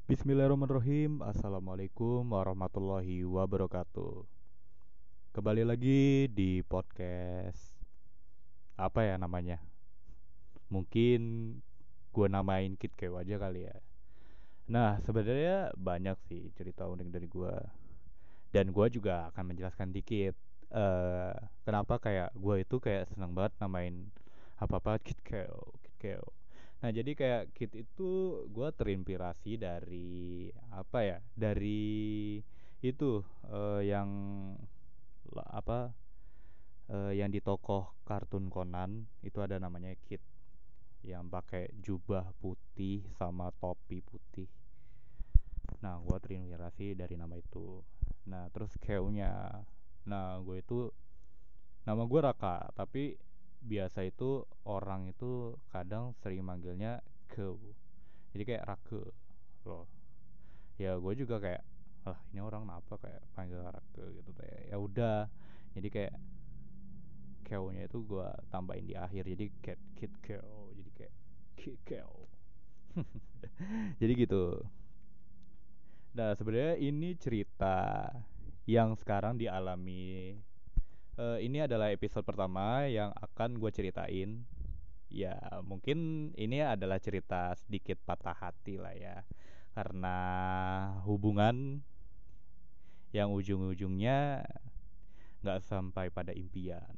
Bismillahirrahmanirrahim. Assalamualaikum warahmatullahi wabarakatuh. Kembali lagi di podcast apa ya namanya? Mungkin gue namain Kit Kew aja kali ya. Nah, sebenarnya banyak sih cerita unik dari gue. Dan gue juga akan menjelaskan dikit. eh Kenapa kayak gue itu kayak seneng banget namain apa-apa Kit Kew, Kit Kew. Nah, jadi kayak Kit itu gue terinspirasi dari apa ya? Dari itu yang apa yang di tokoh kartun Conan itu ada namanya Kit yang pakai jubah putih sama topi putih. Nah, gue terinspirasi dari nama itu. Nah, terus Kew-nya. Nah, gue itu nama gue Raka, tapi biasa itu orang itu kadang sering manggilnya Kew. Jadi kayak Rake loh. Ya gue juga kayak ini orang kenapa kayak panggil Rake gitu kayak ya udah. Jadi kayak Kew-nya itu gue tambahin di akhir jadi Cat Kit Kew. Jadi kayak Kit Kew. Jadi gitu. Nah, sebenarnya ini cerita yang sekarang dialami. Ini adalah episode pertama yang akan gue ceritain. Ya, mungkin ini adalah cerita sedikit patah hati lah ya. Karena hubungan yang ujung-ujungnya nggak sampai pada impian.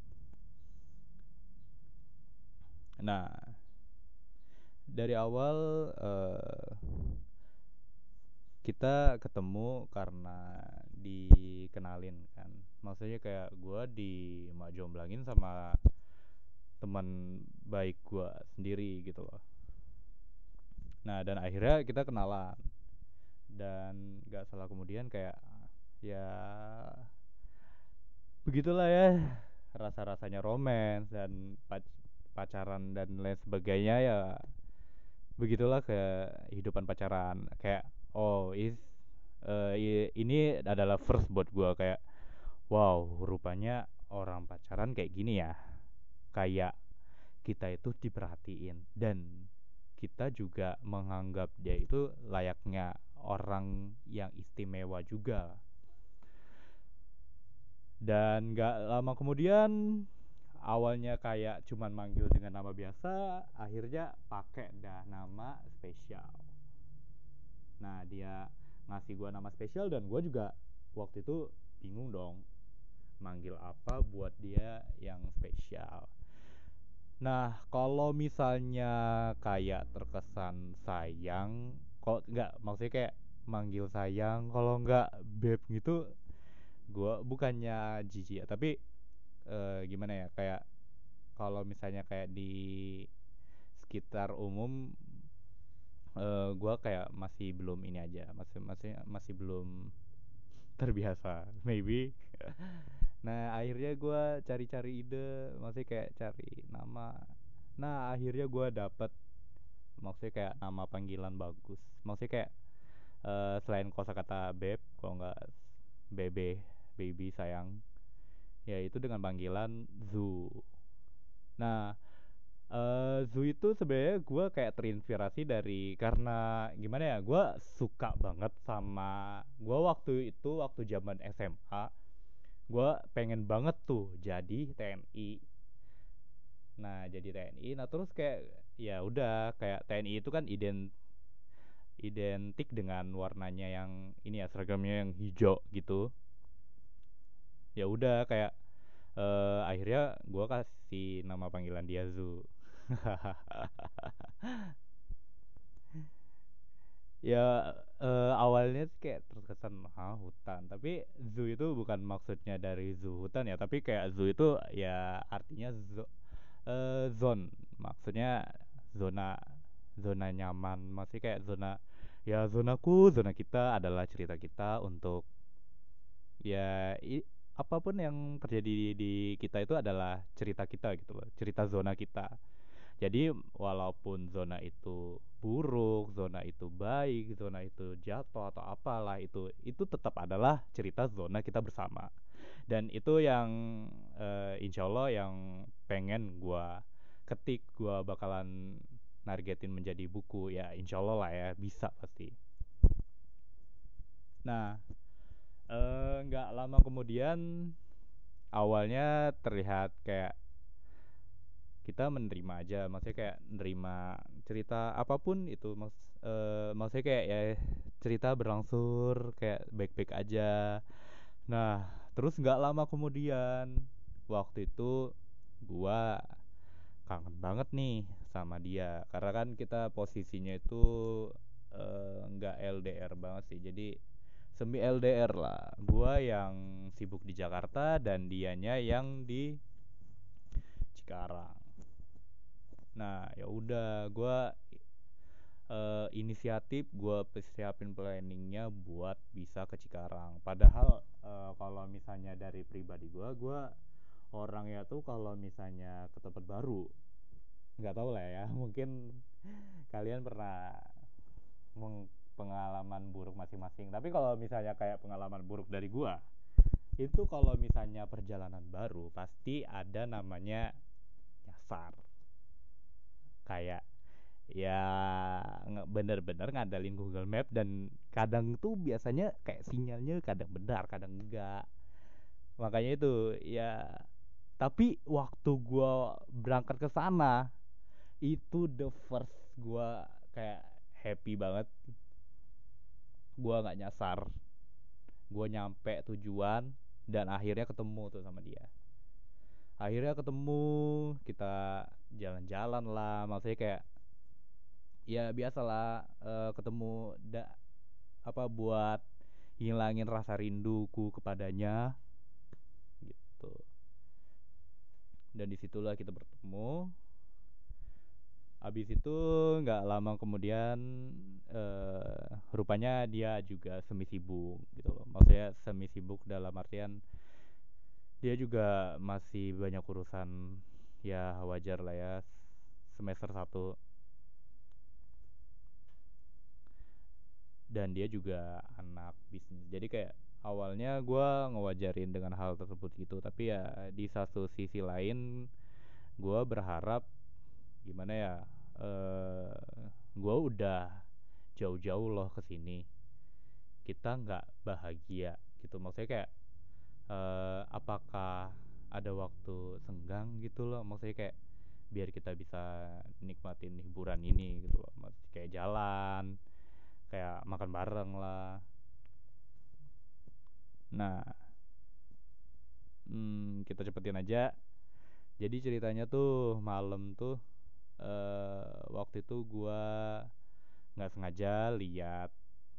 Nah, dari awal kita ketemu karena dikenalin kan. Maksudnya kayak gue dimajomblangin sama teman baik gue sendiri gitu loh. Nah, dan akhirnya kita kenalan. Dan gak salah kemudian kayak ya begitulah ya, rasa-rasanya romance dan pacaran dan lain sebagainya ya. Begitulah kehidupan pacaran kayak ini adalah first buat gue kayak wow, rupanya orang pacaran kayak gini ya. Kayak kita itu diperhatiin dan kita juga menganggap dia itu layaknya orang yang istimewa juga. Dan gak lama kemudian awalnya kayak cuman manggil dengan nama biasa, akhirnya pakai dah nama spesial. Nah, dia ngasih gua nama spesial dan gua juga waktu itu bingung dong manggil apa buat dia yang spesial. Nah, kalau misalnya kayak terkesan sayang, kok nggak maksudnya kayak manggil sayang, kalau nggak beb gitu, gue bukannya jijik ya, tapi gimana ya, kayak kalau misalnya kayak di sekitar umum, gue kayak masih belum ini aja, masih belum terbiasa, maybe. Nah, akhirnya gue cari-cari ide, maksudnya kayak cari nama. Nah, akhirnya gue dapet maksudnya kayak nama panggilan bagus, maksudnya kayak selain kosakata beb, kalau nggak bebe, baby sayang, ya itu dengan panggilan Zu. Nah, Zu itu sebenarnya gue kayak terinspirasi dari karena gimana ya, gue suka banget sama gue waktu itu waktu zaman SMA, gue pengen banget tuh jadi TNI. Nah, jadi TNI, nah terus kayak ya udah kayak TNI itu kan identik dengan warnanya yang ini ya, seragamnya yang hijau gitu. Ya udah kayak akhirnya gue kasih nama panggilan dia Zu. Ya awalnya sih kayak terkesan hutan, tapi zoo itu bukan maksudnya dari zoo hutan ya, tapi kayak zoo itu ya artinya zone, maksudnya zona, zona nyaman, masih kayak zona, ya zonaku, zona kita adalah cerita kita untuk ya apapun yang terjadi di kita itu adalah cerita kita gitu loh, cerita zona kita. Jadi walaupun zona itu buruk, zona itu baik, zona itu jatuh atau apalah, itu tetap adalah cerita zona kita bersama. Dan itu yang insya Allah yang pengen gua ketik, gua bakalan nargetin menjadi buku ya, insya Allah lah ya, bisa pasti. Nah, nggak lama kemudian awalnya terlihat kayak kita menerima aja, maksudnya kayak menerima cerita apapun itu, maksudnya kayak ya cerita berlangsung kayak baik-baik aja. Nah, terus nggak lama kemudian waktu itu gua kangen banget nih sama dia karena kan kita posisinya itu nggak LDR banget sih, jadi semi LDR lah. Gua yang sibuk di Jakarta dan dianya yang di Cikarang. Nah, ya udah gua inisiatif, gue persiapin planningnya buat bisa ke Cikarang. Padahal kalau misalnya dari pribadi gue orangnya tuh kalau misalnya ke tempat baru, nggak tahu lah ya, mungkin kalian pernah pengalaman buruk masing-masing. Tapi kalau misalnya kayak pengalaman buruk dari gue, itu kalau misalnya perjalanan baru pasti ada namanya nyasar. Kayak ya bener-bener ngandalin Google Map, dan kadang tuh biasanya kayak sinyalnya kadang benar kadang enggak, makanya itu ya. Tapi waktu gua berangkat ke sana itu the first gua kayak happy banget, gua nggak nyasar, gua nyampe tujuan dan akhirnya ketemu tuh sama dia. Akhirnya ketemu, kita jalan-jalan lah, maksudnya kayak ya biasalah, ketemu apa buat hilangin rasa rinduku kepadanya gitu. Dan disitulah kita bertemu. Abis itu nggak lama kemudian rupanya dia juga semi sibuk gitu loh. Maksudnya semi sibuk dalam artian dia juga masih banyak urusan, ya wajar lah ya, semester satu. Dan dia juga anak bisnis, jadi kayak awalnya gue ngewajarin dengan hal tersebut gitu. Tapi ya di satu sisi lain gue berharap gimana ya, gue udah jauh-jauh loh kesini, kita nggak bahagia gitu. Maksudnya kayak apakah ada waktu senggang gitu loh, maksudnya kayak biar kita bisa nikmatin hiburan ini gitu loh. Kayak jalan, kayak makan bareng lah. Nah, kita cepetin aja. Jadi ceritanya tuh malam tuh, waktu itu gua nggak sengaja lihat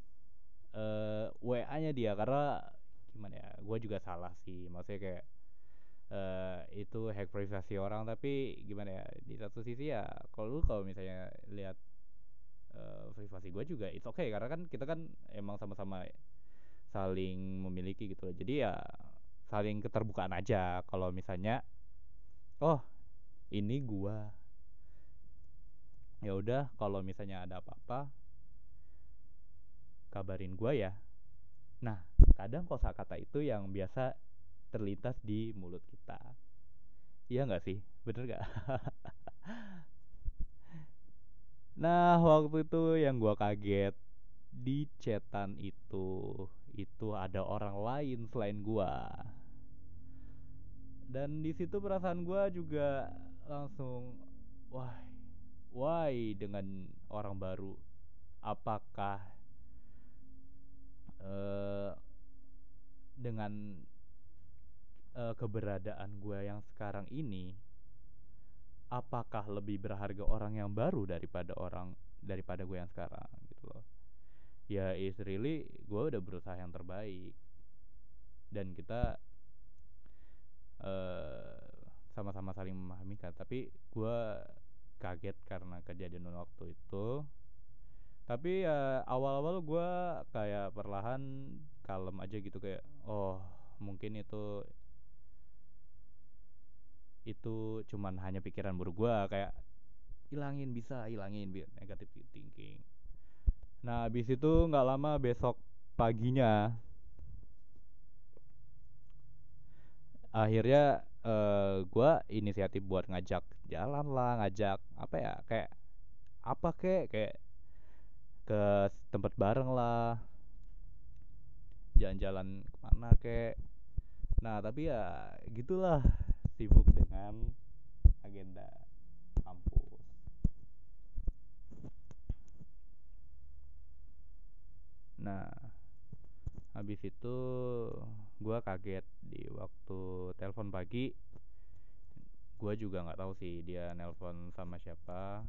WA-nya dia, karena gimana ya, gua juga salah sih, maksudnya kayak itu hack privasi orang. Tapi gimana ya, di satu sisi ya kalau misalnya lihat privasi gua juga it's okay, karena kan kita kan emang sama-sama saling memiliki gitu loh. Jadi ya saling keterbukaan aja. Kalau misalnya oh ini gua, ya udah kalau misalnya ada apa-apa kabarin gua ya. Nah, kadang kosakata itu yang biasa terlintas di mulut kita. Iya nggak sih? Bener nggak? Nah, waktu itu yang gua kaget, di chatan itu ada orang lain selain gua. Dan di situ perasaan gua juga langsung wah, why dengan orang baru? Apakah eh, dengan keberadaan gue yang sekarang ini, apakah lebih berharga orang yang baru daripada gue yang sekarang gitu loh. Ya is really gue udah berusaha yang terbaik, dan kita sama-sama saling memahami kan. Tapi gue kaget karena kejadian waktu itu. Tapi ya awal-awal gue kayak perlahan kalem aja gitu, kayak oh mungkin itu cuman hanya pikiran buruk gue, kayak hilangin negatif thinking. Nah abis itu nggak lama besok paginya akhirnya gue inisiatif buat ngajak jalan lah, ngajak apa ya, kayak apa kayak ke tempat bareng lah. jalan-jalan kemana kek. Nah tapi ya gitulah, sibuk dengan agenda kampus. Nah habis itu gue kaget di waktu telepon pagi. Gue juga nggak tahu sih dia nelpon sama siapa,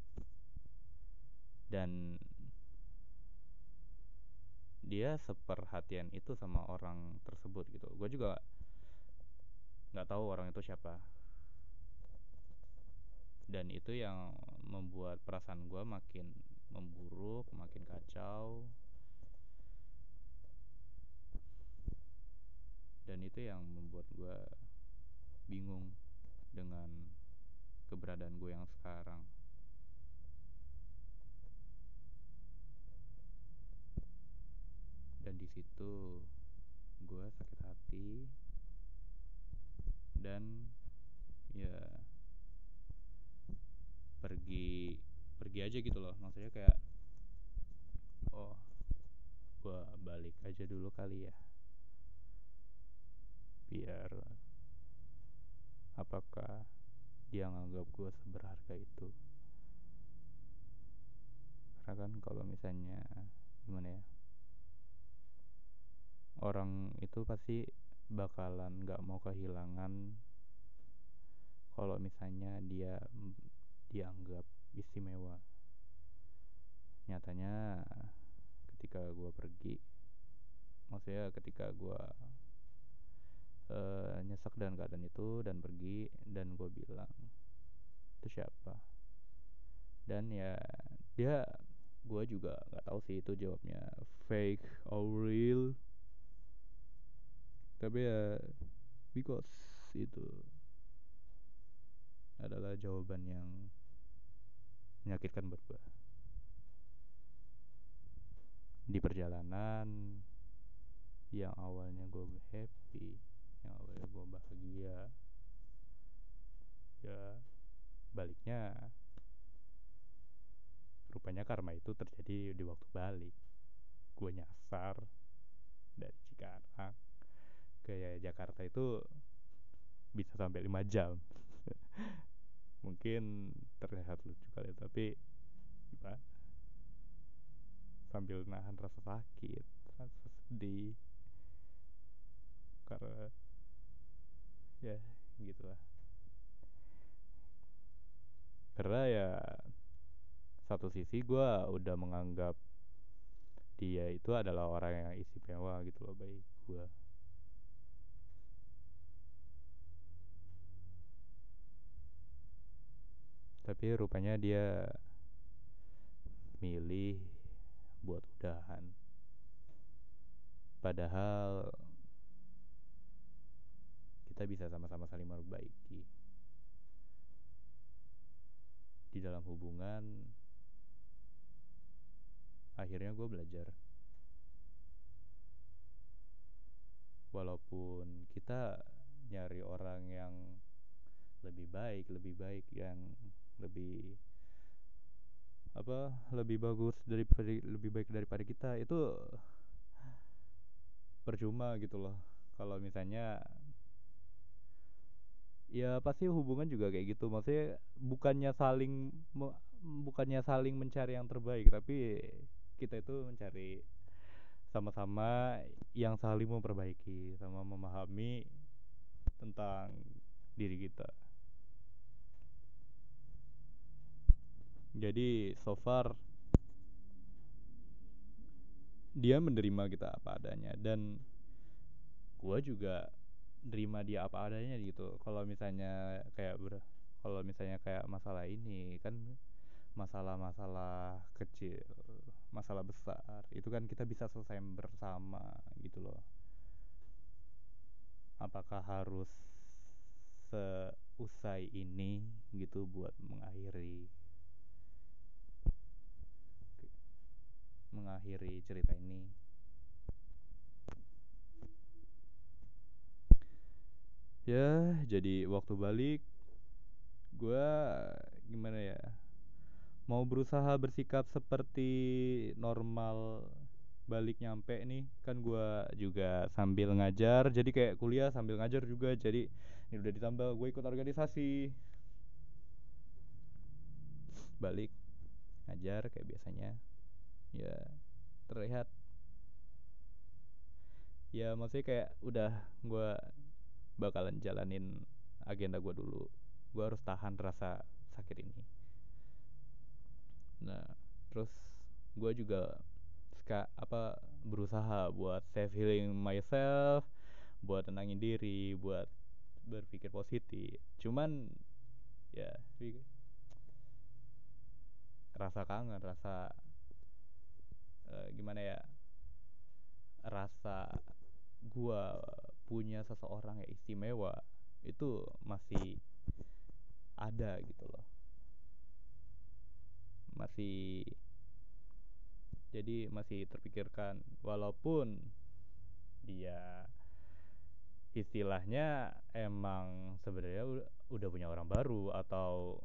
dan dia seperhatian itu sama orang tersebut gitu. Gue juga nggak tahu orang itu siapa, dan itu yang membuat perasaan gue makin memburuk, makin kacau, dan itu yang membuat gue bingung dengan keberadaan gue yang sekarang. Dan di situ gue sakit hati, dan ya pergi pergi aja gitu loh. Maksudnya kayak, oh gue balik aja dulu kali ya, biar apakah dia nganggap gue seberharga itu. Karena kan kalau misalnya gimana ya, orang itu pasti bakalan nggak mau kehilangan kalau misalnya dia dianggap istimewa. Nyatanya ketika gue pergi, maksudnya ketika gue nyesek dengan keadaan itu dan pergi, dan gue bilang itu siapa, dan ya dia, gue juga nggak tahu sih itu jawabnya fake or real, tapi ya because itu adalah jawaban yang menyakitkan buat gue. Di perjalanan yang awalnya gue happy, yang awalnya gue bahagia, ya baliknya rupanya karma itu terjadi di waktu balik. Gue nyasar dari Cikarang ke Jakarta itu bisa sampai 5 jam. Mungkin terlihat lucu kali, tapi gimana, sambil nahan rasa sakit, rasa sedih, karena ya gitulah. Karena ya satu sisi gue udah menganggap dia itu adalah orang yang istimewa gitu loh bagi gue, tapi rupanya dia milih buat udahan. Padahal kita bisa sama-sama saling memperbaiki di dalam hubungan. Akhirnya gue belajar, walaupun kita nyari orang yang lebih baik yang lebih lebih bagus daripada, lebih baik daripada kita, itu percuma gitu loh. Kalau misalnya, ya pasti hubungan juga kayak gitu, maksudnya bukannya saling mencari yang terbaik, tapi kita itu mencari sama-sama yang saling memperbaiki, sama memahami tentang diri kita. Jadi so far dia menerima kita apa adanya, dan gue juga nerima dia apa adanya gitu. Kalau misalnya kayak masalah ini kan masalah-masalah kecil, masalah besar itu kan kita bisa selesai bersama gitu loh. Apakah harus seusai ini gitu buat mengakhiri cerita ini. Ya jadi waktu balik gue gimana ya, mau berusaha bersikap seperti normal balik nyampe nih kan gue juga sambil ngajar, jadi kayak kuliah sambil ngajar juga, jadi ini udah ditambah gue ikut organisasi, balik ngajar kayak biasanya ya, terlihat ya, maksudnya kayak udah gue bakalan jalanin agenda gue dulu, gue harus tahan rasa sakit ini. Nah terus gue juga berusaha buat self healing myself, buat tenangin diri, buat berpikir positif. Cuman ya rasa kangen, rasa gimana ya, rasa gua punya seseorang yang istimewa itu masih ada gitu loh, masih, jadi masih terpikirkan walaupun dia istilahnya emang sebenarnya udah punya orang baru, atau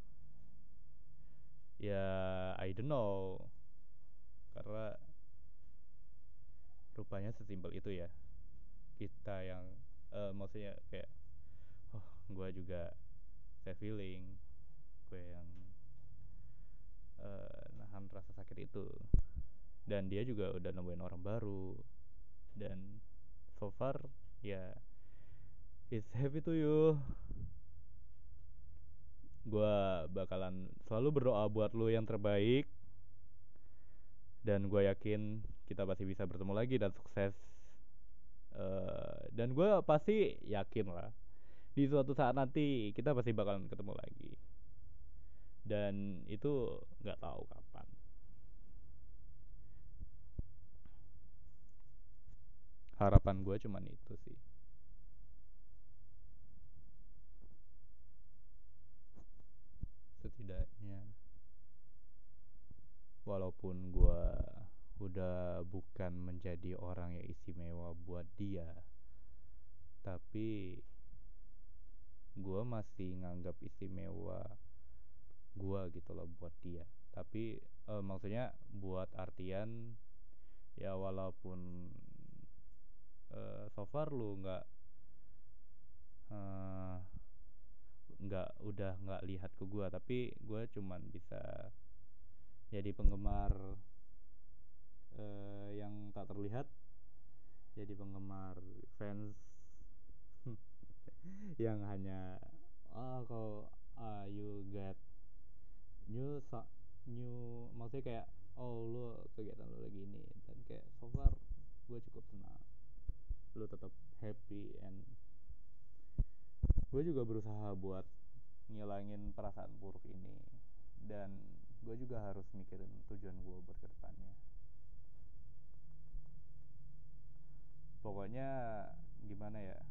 ya I don't know, karena rupanya sesimpel itu ya kita yang maksudnya kayak, oh gue juga saya feeling, gue yang nahan rasa sakit itu, dan dia juga udah nemuin orang baru, dan so far ya it's happy to you. Gue bakalan selalu berdoa buat lu yang terbaik, dan gue yakin kita pasti bisa bertemu lagi dan sukses. Dan gue pasti yakin lah di suatu saat nanti kita pasti bakalan ketemu lagi, dan itu nggak tahu kapan. Harapan gue cuman itu sih. Setidaknya walaupun gue udah bukan menjadi orang yang istimewa buat dia, tapi gue masih nganggap istimewa gue gitu loh buat dia. Tapi maksudnya buat artian ya, walaupun so far lu eh, udah nggak lihat ke gue, tapi gue cuman bisa jadi penggemar yang tak terlihat, jadi penggemar fans yang hanya kalau you get new new, maksudnya kayak oh lu kegiatan lu lagi ini, dan kayak so far gue cukup senang lu tetap happy, and gue juga berusaha buat ngilangin perasaan buruk ini, dan gue juga harus mikirin tujuan gue buat kedepannya. Pokoknya gimana ya,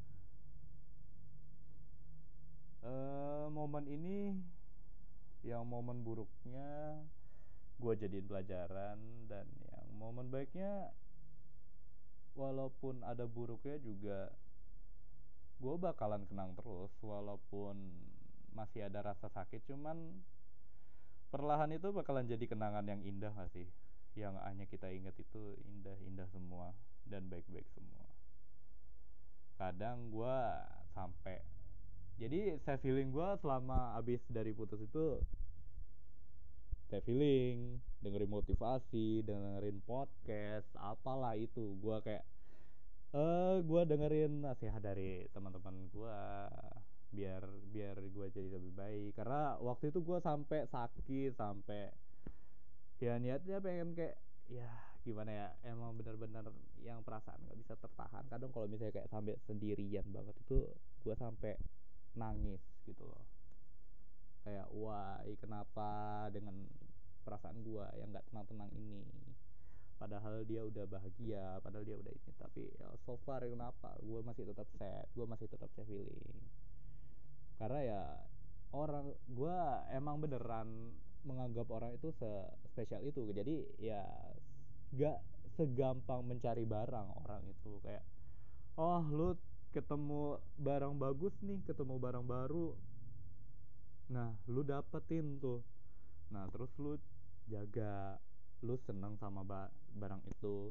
momen ini, yang momen buruknya gue jadiin pelajaran, dan yang momen baiknya walaupun ada buruknya juga gue bakalan kenang terus, walaupun masih ada rasa sakit, cuman perlahan itu bakalan jadi kenangan yang indah gak sih, yang hanya kita ingat itu indah-indah semua dan baik-baik semua. Kadang gue sampai, jadi saya feeling gue selama abis dari putus itu, saya feeling dengerin motivasi, dengerin podcast apalah itu, gue kayak gue dengerin nasihat dari teman-teman gue, biar biar gue jadi lebih baik, karena waktu itu gue sampai sakit, sampai ya niatnya pengen kayak ya gimana ya, emang bener-bener yang perasaan nggak bisa tertahan kadang kalau misalnya kayak sampai sendirian banget itu, gue sampai nangis gitu loh, kayak wah kenapa dengan perasaan gue yang nggak tenang-tenang ini, padahal dia udah bahagia, padahal dia udah ini, tapi ya so far kenapa gue masih tetap sad, gue masih tetap sad feeling, karena ya orang gue emang beneran menganggap orang itu spesial itu, jadi ya gak segampang mencari barang orang itu, kayak oh lu ketemu barang bagus nih, ketemu barang baru, nah lu dapetin tuh, nah terus lu jaga, lu seneng sama barang itu,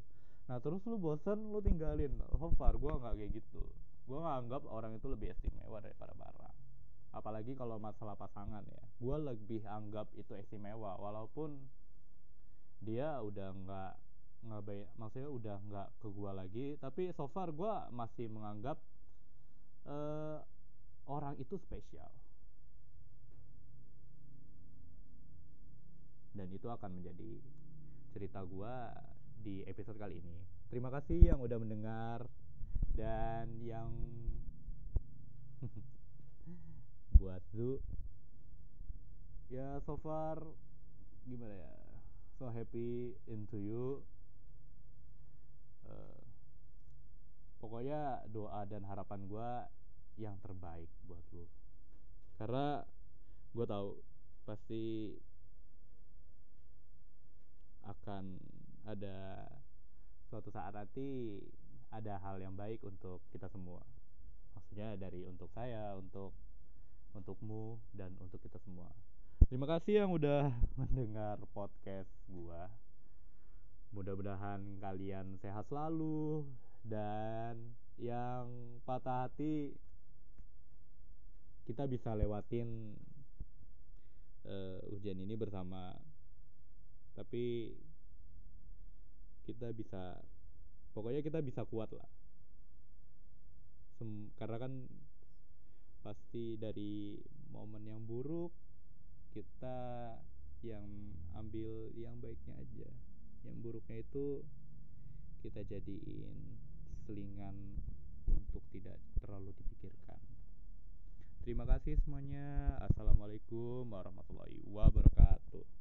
Nah terus lu bosen lu tinggalin. So far gue nggak kayak gitu. Gue nggak anggap orang itu lebih istimewa daripada barang. Apalagi kalau masalah pasangan ya, gue lebih anggap itu istimewa walaupun dia udah nggak baik, maksudnya udah nggak ke gue lagi, tapi so far gue masih menganggap eh, orang itu spesial, dan itu akan menjadi cerita gue di episode kali ini. Terima kasih yang udah mendengar, dan yang buat Zu ya, so far gimana ya, so happy into you. Eh, Pokoknya doa dan harapan gue yang terbaik buat lu, karena gue tahu pasti akan ada suatu saat nanti ada hal yang baik untuk kita semua, maksudnya dari untuk saya, untukmu, dan untuk kita semua. Terima kasih yang udah mendengar podcast gua. Mudah-mudahan kalian sehat selalu, dan yang patah hati kita bisa lewatin ujian ini bersama. Tapi kita bisa, pokoknya kita bisa kuat lah. Karena kan pasti dari momen yang buruk kita yang ambil yang baiknya aja, yang buruknya itu kita jadiin selingan untuk tidak terlalu dipikirkan. Terima kasih semuanya. Assalamualaikum warahmatullahi wabarakatuh.